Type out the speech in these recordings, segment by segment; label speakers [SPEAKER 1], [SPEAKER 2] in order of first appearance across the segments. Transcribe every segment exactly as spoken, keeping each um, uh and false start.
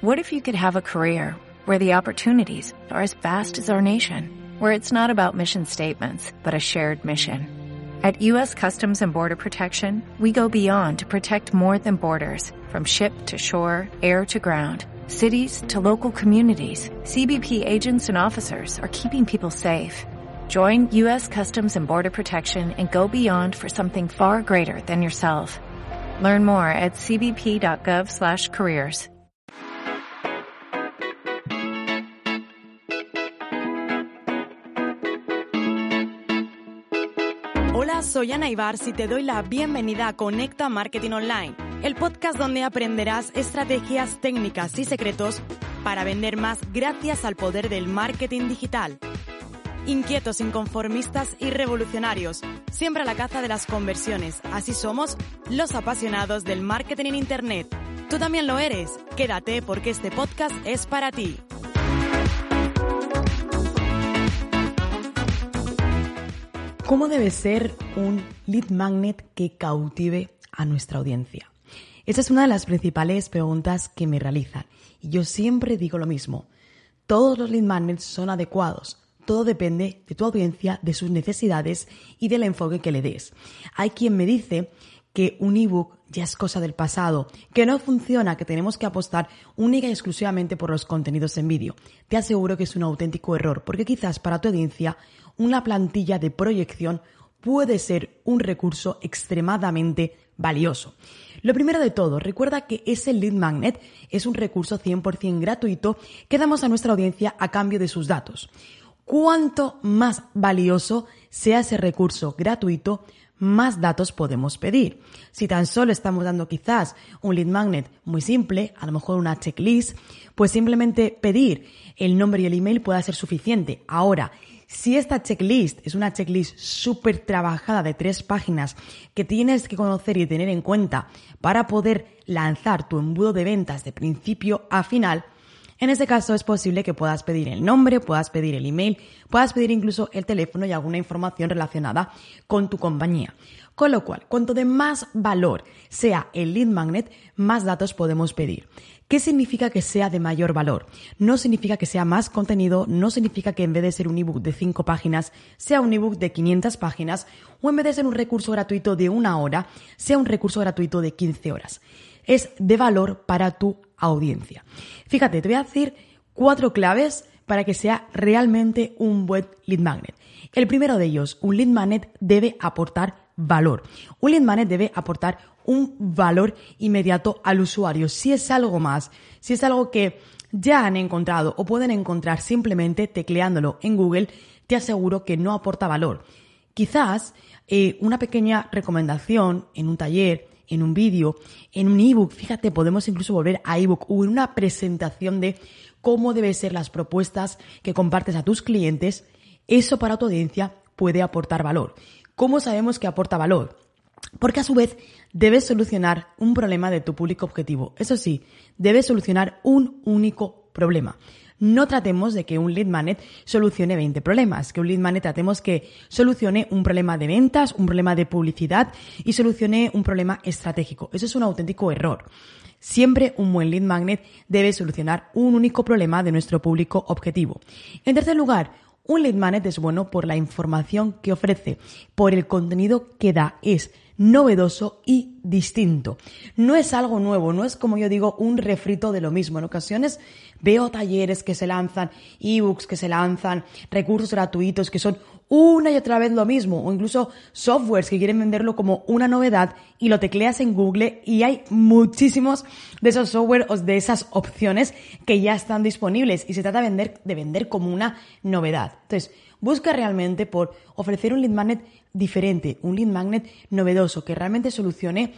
[SPEAKER 1] What if you could have a career where the opportunities are as vast as our nation, where it's not about mission statements, but a shared mission? At U S Customs and Border Protection, we go beyond to protect more than borders. From ship to shore, air to ground, cities to local communities, C B P agents and officers are keeping people safe. Join U S Customs and Border Protection and go beyond for something far greater than yourself. Learn more at c b p dot gov slash careers.
[SPEAKER 2] Hola, soy Ana Ibars y te doy la bienvenida a Conecta Marketing Online, el podcast donde aprenderás estrategias, técnicas y secretos para vender más gracias al poder del marketing digital. Inquietos, inconformistas y revolucionarios, siempre a la caza de las conversiones. Así somos los apasionados del marketing en Internet. ¿Tú también lo eres? Quédate porque este podcast es para ti. ¿Cómo debe ser un lead magnet que cautive a nuestra audiencia? Esa es una de las principales preguntas que me realizan. Y yo siempre digo lo mismo. Todos los lead magnets son adecuados. Todo depende de tu audiencia, de sus necesidades y del enfoque que le des. Hay quien me dice que un ebook ya es cosa del pasado, que no funciona, que tenemos que apostar única y exclusivamente por los contenidos en vídeo. Te aseguro que es un auténtico error, porque quizás para tu audiencia una plantilla de proyección puede ser un recurso extremadamente valioso. Lo primero de todo, recuerda que ese lead magnet es un recurso cien por ciento gratuito que damos a nuestra audiencia a cambio de sus datos. Cuanto más valioso sea ese recurso gratuito, más datos podemos pedir. Si tan solo estamos dando quizás un lead magnet muy simple, a lo mejor una checklist, pues simplemente pedir el nombre y el email puede ser suficiente. Ahora, si esta checklist es una checklist súper trabajada de tres páginas que tienes que conocer y tener en cuenta para poder lanzar tu embudo de ventas de principio a final, en ese caso es posible que puedas pedir el nombre, puedas pedir el email, puedas pedir incluso el teléfono y alguna información relacionada con tu compañía. Con lo cual, cuanto de más valor sea el lead magnet, más datos podemos pedir. ¿Qué significa que sea de mayor valor? No significa que sea más contenido, no significa que en vez de ser un ebook de cinco páginas, sea un ebook de quinientas páginas, o en vez de ser un recurso gratuito de una hora, sea un recurso gratuito de quince horas. Es de valor para tu audiencia. Fíjate, te voy a decir cuatro claves para que sea realmente un buen lead magnet. El primero de ellos, un lead magnet debe aportar valor. Un lead magnet debe aportar un valor inmediato al usuario. Si es algo más, si es algo que ya han encontrado o pueden encontrar simplemente tecleándolo en Google, te aseguro que no aporta valor. Quizás eh, una pequeña recomendación en un taller, en un vídeo, en un ebook, fíjate, podemos incluso volver a ebook o en una presentación de cómo deben ser las propuestas que compartes a tus clientes, eso para tu audiencia puede aportar valor. ¿Cómo sabemos que aporta valor? Porque a su vez debes solucionar un problema de tu público objetivo. Eso sí, debes solucionar un único problema. No tratemos de que un lead magnet solucione veinte problemas, que un lead magnet tratemos que solucione un problema de ventas, un problema de publicidad y solucione un problema estratégico. Eso es un auténtico error. Siempre un buen lead magnet debe solucionar un único problema de nuestro público objetivo. En tercer lugar, un lead magnet es bueno por la información que ofrece, por el contenido que da, es novedoso y distinto. No es algo nuevo, no es, como yo digo, un refrito de lo mismo. En ocasiones veo talleres que se lanzan, ebooks que se lanzan, recursos gratuitos que son una y otra vez lo mismo, o incluso softwares que quieren venderlo como una novedad y lo tecleas en Google y hay muchísimos de esos software o de esas opciones que ya están disponibles y se trata de vender, de vender como una novedad. Entonces, busca realmente por ofrecer un lead magnet diferente, un lead magnet novedoso que realmente solucione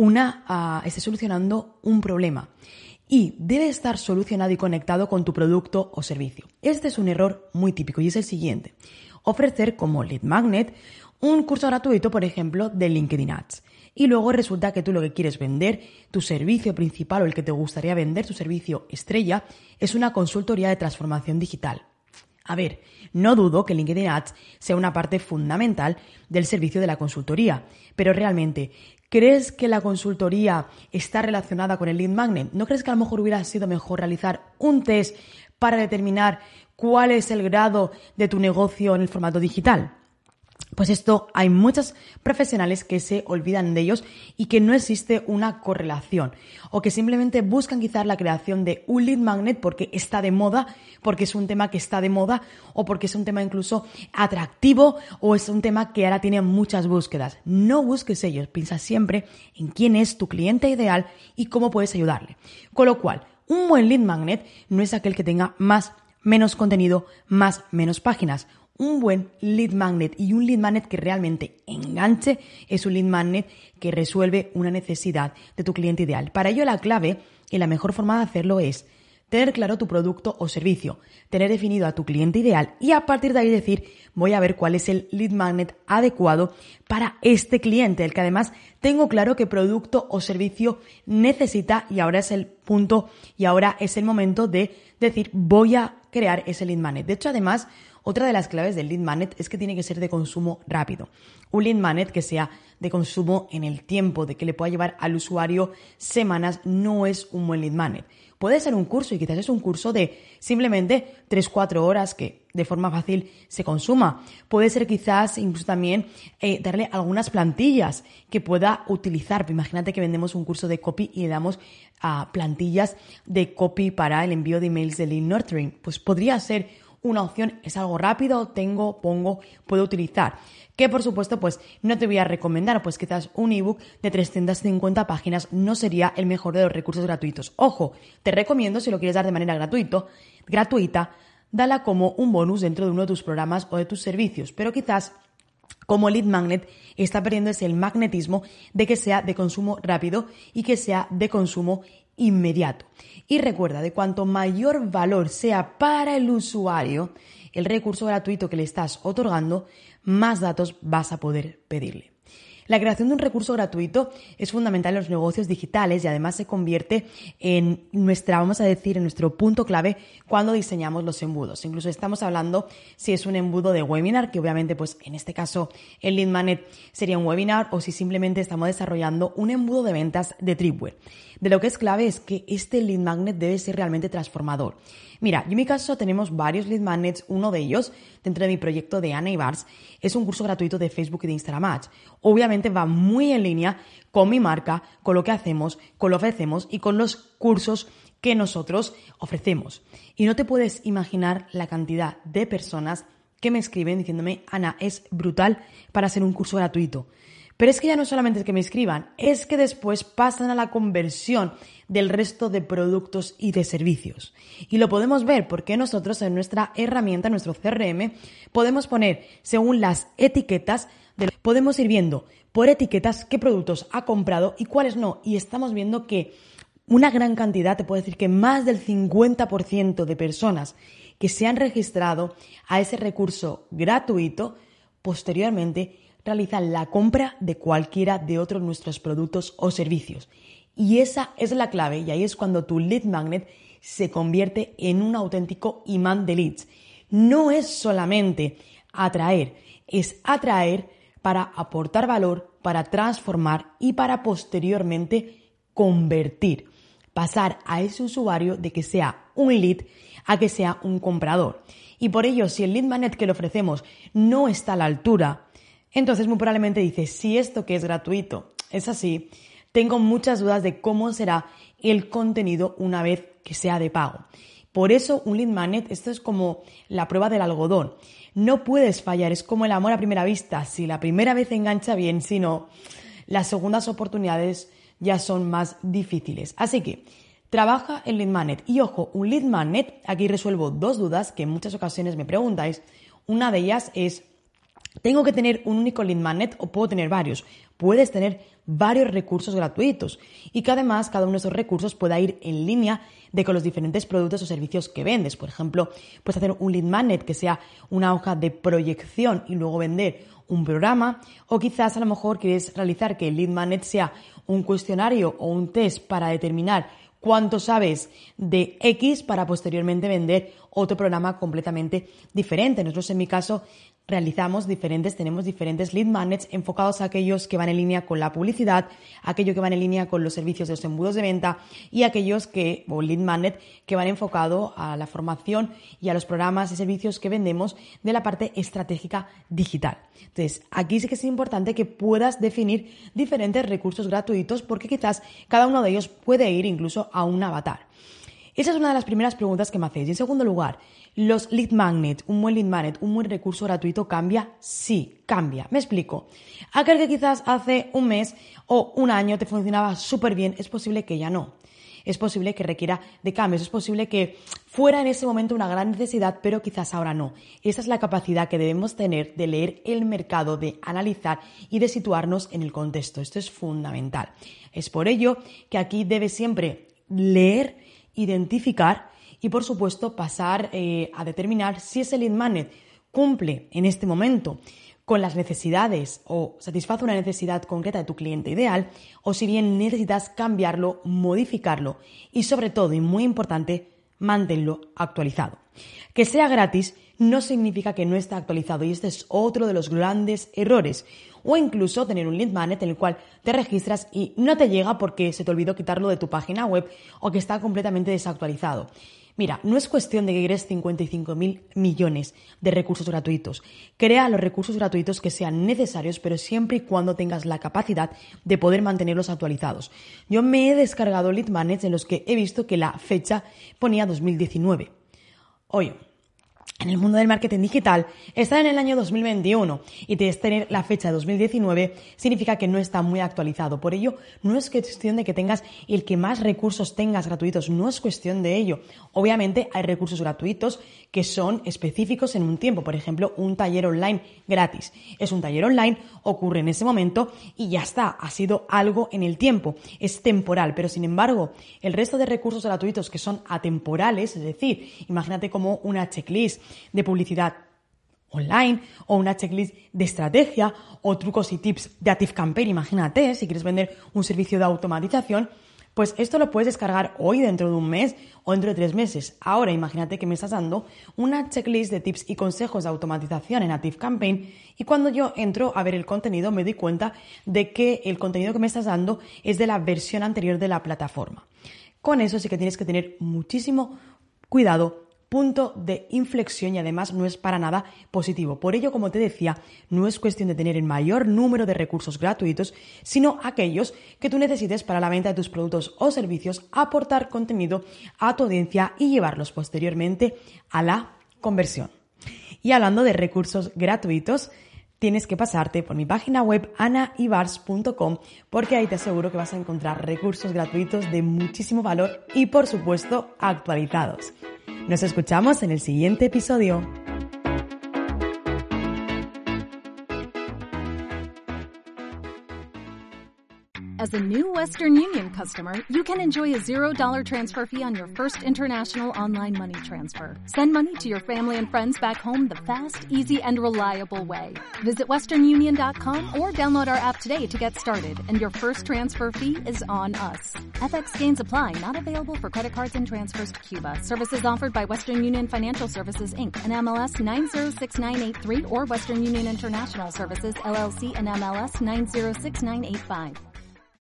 [SPEAKER 2] una, uh, esté solucionando un problema. Y debe estar solucionado y conectado con tu producto o servicio. Este es un error muy típico y es el siguiente. Ofrecer como lead magnet un curso gratuito, por ejemplo, de LinkedIn Ads. Y luego resulta que tú lo que quieres vender, tu servicio principal o el que te gustaría vender, tu servicio estrella, es una consultoría de transformación digital. A ver, no dudo que LinkedIn Ads sea una parte fundamental del servicio de la consultoría, pero realmente, ¿Crees que la consultoría está relacionada con el lead magnet? ¿No crees que a lo mejor hubiera sido mejor realizar un test para determinar cuál es el grado de tu negocio en el formato digital? Pues esto hay muchos profesionales que se olvidan de ellos y que no existe una correlación, o que simplemente buscan quizás la creación de un lead magnet porque está de moda, porque es un tema que está de moda, o porque es un tema incluso atractivo, o es un tema que ahora tiene muchas búsquedas. No busques ellos, piensa siempre en quién es tu cliente ideal y cómo puedes ayudarle. Con lo cual, un buen lead magnet no es aquel que tenga más, menos contenido, más, menos páginas. Un buen lead magnet y un lead magnet que realmente enganche es un lead magnet que resuelve una necesidad de tu cliente ideal. Para ello, la clave y la mejor forma de hacerlo es tener claro tu producto o servicio, tener definido a tu cliente ideal y a partir de ahí decir, voy a ver cuál es el lead magnet adecuado para este cliente, el que además tengo claro qué producto o servicio necesita, y ahora es el punto y ahora es el momento de decir, voy a crear ese lead magnet. De hecho, además, otra de las claves del lead magnet es que tiene que ser de consumo rápido. Un lead magnet que sea de consumo en el tiempo, de que le pueda llevar al usuario semanas, no es un buen lead magnet. Puede ser un curso y quizás es un curso de simplemente tres cuatro horas que de forma fácil se consuma. Puede ser quizás incluso también eh, darle algunas plantillas que pueda utilizar. Imagínate que vendemos un curso de copy y le damos uh, plantillas de copy para el envío de emails de lead nurturing. Pues podría ser una opción, es algo rápido, tengo, pongo, puedo utilizar. Que por supuesto, pues no te voy a recomendar, pues quizás un ebook de trescientas cincuenta páginas no sería el mejor de los recursos gratuitos. Ojo, te recomiendo, si lo quieres dar de manera gratuito, gratuita, dala como un bonus dentro de uno de tus programas o de tus servicios, pero quizás como lead magnet está perdiendo ese el magnetismo de que sea de consumo rápido y que sea de consumo inmediato. Y recuerda, de cuanto mayor valor sea para el usuario el recurso gratuito que le estás otorgando, más datos vas a poder pedirle. La creación de un recurso gratuito es fundamental en los negocios digitales y además se convierte en nuestra, vamos a decir, en nuestro punto clave cuando diseñamos los embudos. Incluso estamos hablando si es un embudo de webinar, que obviamente pues en este caso el lead magnet sería un webinar, o si simplemente estamos desarrollando un embudo de ventas de Tripwire. De lo que es clave es que este lead magnet debe ser realmente transformador. Mira, yo en mi caso tenemos varios lead magnets. Uno de ellos, dentro de mi proyecto de Ana Ibars, es un curso gratuito de Facebook y de Instagram Ads. Obviamente va muy en línea con mi marca, con lo que hacemos, con lo que ofrecemos y con los cursos que nosotros ofrecemos. Y no te puedes imaginar la cantidad de personas que me escriben diciéndome, Ana, es brutal para hacer un curso gratuito. Pero es que ya no solamente es que me escriban, es que después pasan a la conversión del resto de productos y de servicios. Y lo podemos ver porque nosotros en nuestra herramienta, en nuestro C R M, podemos poner según las etiquetas, de, podemos ir viendo por etiquetas qué productos ha comprado y cuáles no. Y estamos viendo que una gran cantidad, te puedo decir que más del cincuenta por ciento de personas que se han registrado a ese recurso gratuito, posteriormente realizan la compra de cualquiera de otros de nuestros productos o servicios. Y esa es la clave, y ahí es cuando tu lead magnet se convierte en un auténtico imán de leads. No es solamente atraer, es atraer para aportar valor, para transformar y para posteriormente convertir. Pasar a ese usuario de que sea un lead a que sea un comprador. Y por ello, si el lead magnet que le ofrecemos no está a la altura, entonces muy probablemente dices, si esto que es gratuito es así, tengo muchas dudas de cómo será el contenido una vez que sea de pago. Por eso un lead magnet, esto es como la prueba del algodón. No puedes fallar, es como el amor a primera vista. Si la primera vez engancha bien, si no, las segundas oportunidades ya son más difíciles. Así que trabaja el lead magnet. Y ojo, un lead magnet, aquí resuelvo dos dudas que en muchas ocasiones me preguntáis. Una de ellas es, ¿tengo que tener un único lead magnet o puedo tener varios? Puedes tener varios recursos gratuitos y que además cada uno de esos recursos pueda ir en línea de con los diferentes productos o servicios que vendes. Por ejemplo, puedes hacer un lead magnet que sea una hoja de proyección y luego vender un programa, o quizás a lo mejor quieres realizar que el lead magnet sea un cuestionario o un test para determinar cuánto sabes de X para posteriormente vender otro programa completamente diferente. Nosotros en mi caso realizamos diferentes, tenemos diferentes lead magnets enfocados a aquellos que van en línea con la publicidad, aquellos que van en línea con los servicios de los embudos de venta y aquellos que, o lead magnet, que van enfocado a la formación y a los programas y servicios que vendemos de la parte estratégica digital. Entonces, aquí sí que es importante que puedas definir diferentes recursos gratuitos porque quizás cada uno de ellos puede ir incluso a un avatar. Esa es una de las primeras preguntas que me hacéis. Y en segundo lugar, ¿los lead magnets, un buen lead magnet, un buen recurso gratuito cambia? Sí, cambia. Me explico. Aquel que quizás hace un mes o un año te funcionaba súper bien, es posible que ya no. Es posible que requiera de cambios, es posible que fuera en ese momento una gran necesidad, pero quizás ahora no. Esa es la capacidad que debemos tener de leer el mercado, de analizar y de situarnos en el contexto. Esto es fundamental. Es por ello que aquí debes siempre leer, identificar y, por supuesto, pasar eh, a determinar si ese lead magnet cumple en este momento con las necesidades o satisface una necesidad concreta de tu cliente ideal o si bien necesitas cambiarlo, modificarlo y, sobre todo, y muy importante, manténlo actualizado. Que sea gratis no significa que no esté actualizado y este es otro de los grandes errores. O incluso tener un lead magnet en el cual te registras y no te llega porque se te olvidó quitarlo de tu página web o que está completamente desactualizado. Mira, no es cuestión de que quieres cincuenta y cinco mil millones de recursos gratuitos. Crea los recursos gratuitos que sean necesarios, pero siempre y cuando tengas la capacidad de poder mantenerlos actualizados. Yo me he descargado lead magnets en los que he visto que la fecha ponía dos mil diecinueve. Oye, en el mundo del marketing digital está en el año dos mil veintiuno y tener la fecha de dos mil diecinueve significa que no está muy actualizado. Por ello, no es cuestión de que tengas el que más recursos tengas gratuitos, no es cuestión de ello. Obviamente hay recursos gratuitos que son específicos en un tiempo. Por ejemplo, un taller online gratis. Es un taller online, ocurre en ese momento y ya está. Ha sido algo en el tiempo. Es temporal, pero sin embargo, el resto de recursos gratuitos que son atemporales, es decir, imagínate como una checklist de publicidad online o una checklist de estrategia o trucos y tips de ActiveCampaign, imagínate, si quieres vender un servicio de automatización, pues esto lo puedes descargar hoy, dentro de un mes o dentro de tres meses. Ahora imagínate que me estás dando una checklist de tips y consejos de automatización en ActiveCampaign y cuando yo entro a ver el contenido me doy cuenta de que el contenido que me estás dando es de la versión anterior de la plataforma. Con eso sí que tienes que tener muchísimo cuidado, punto de inflexión y además no es para nada positivo. Por ello, como te decía, no es cuestión de tener el mayor número de recursos gratuitos, sino aquellos que tú necesites para la venta de tus productos o servicios, aportar contenido a tu audiencia y llevarlos posteriormente a la conversión. Y hablando de recursos gratuitos, tienes que pasarte por mi página web ana ibars punto com porque ahí te aseguro que vas a encontrar recursos gratuitos de muchísimo valor y, por supuesto, actualizados. Nos escuchamos en el siguiente episodio.
[SPEAKER 3] As a new Western Union customer, you can enjoy a zero dollar transfer fee on your first international online money transfer. Send money to your family and friends back home the fast, easy, and reliable way. Visit western union dot com or download our app today to get started, and your first transfer fee is on us. F X gains apply, not available for credit cards and transfers to Cuba. Services offered by Western Union Financial Services, Incorporated, and M L S nine zero six nine eight three or Western Union International Services, L L C, and M L S nine zero six nine eight five.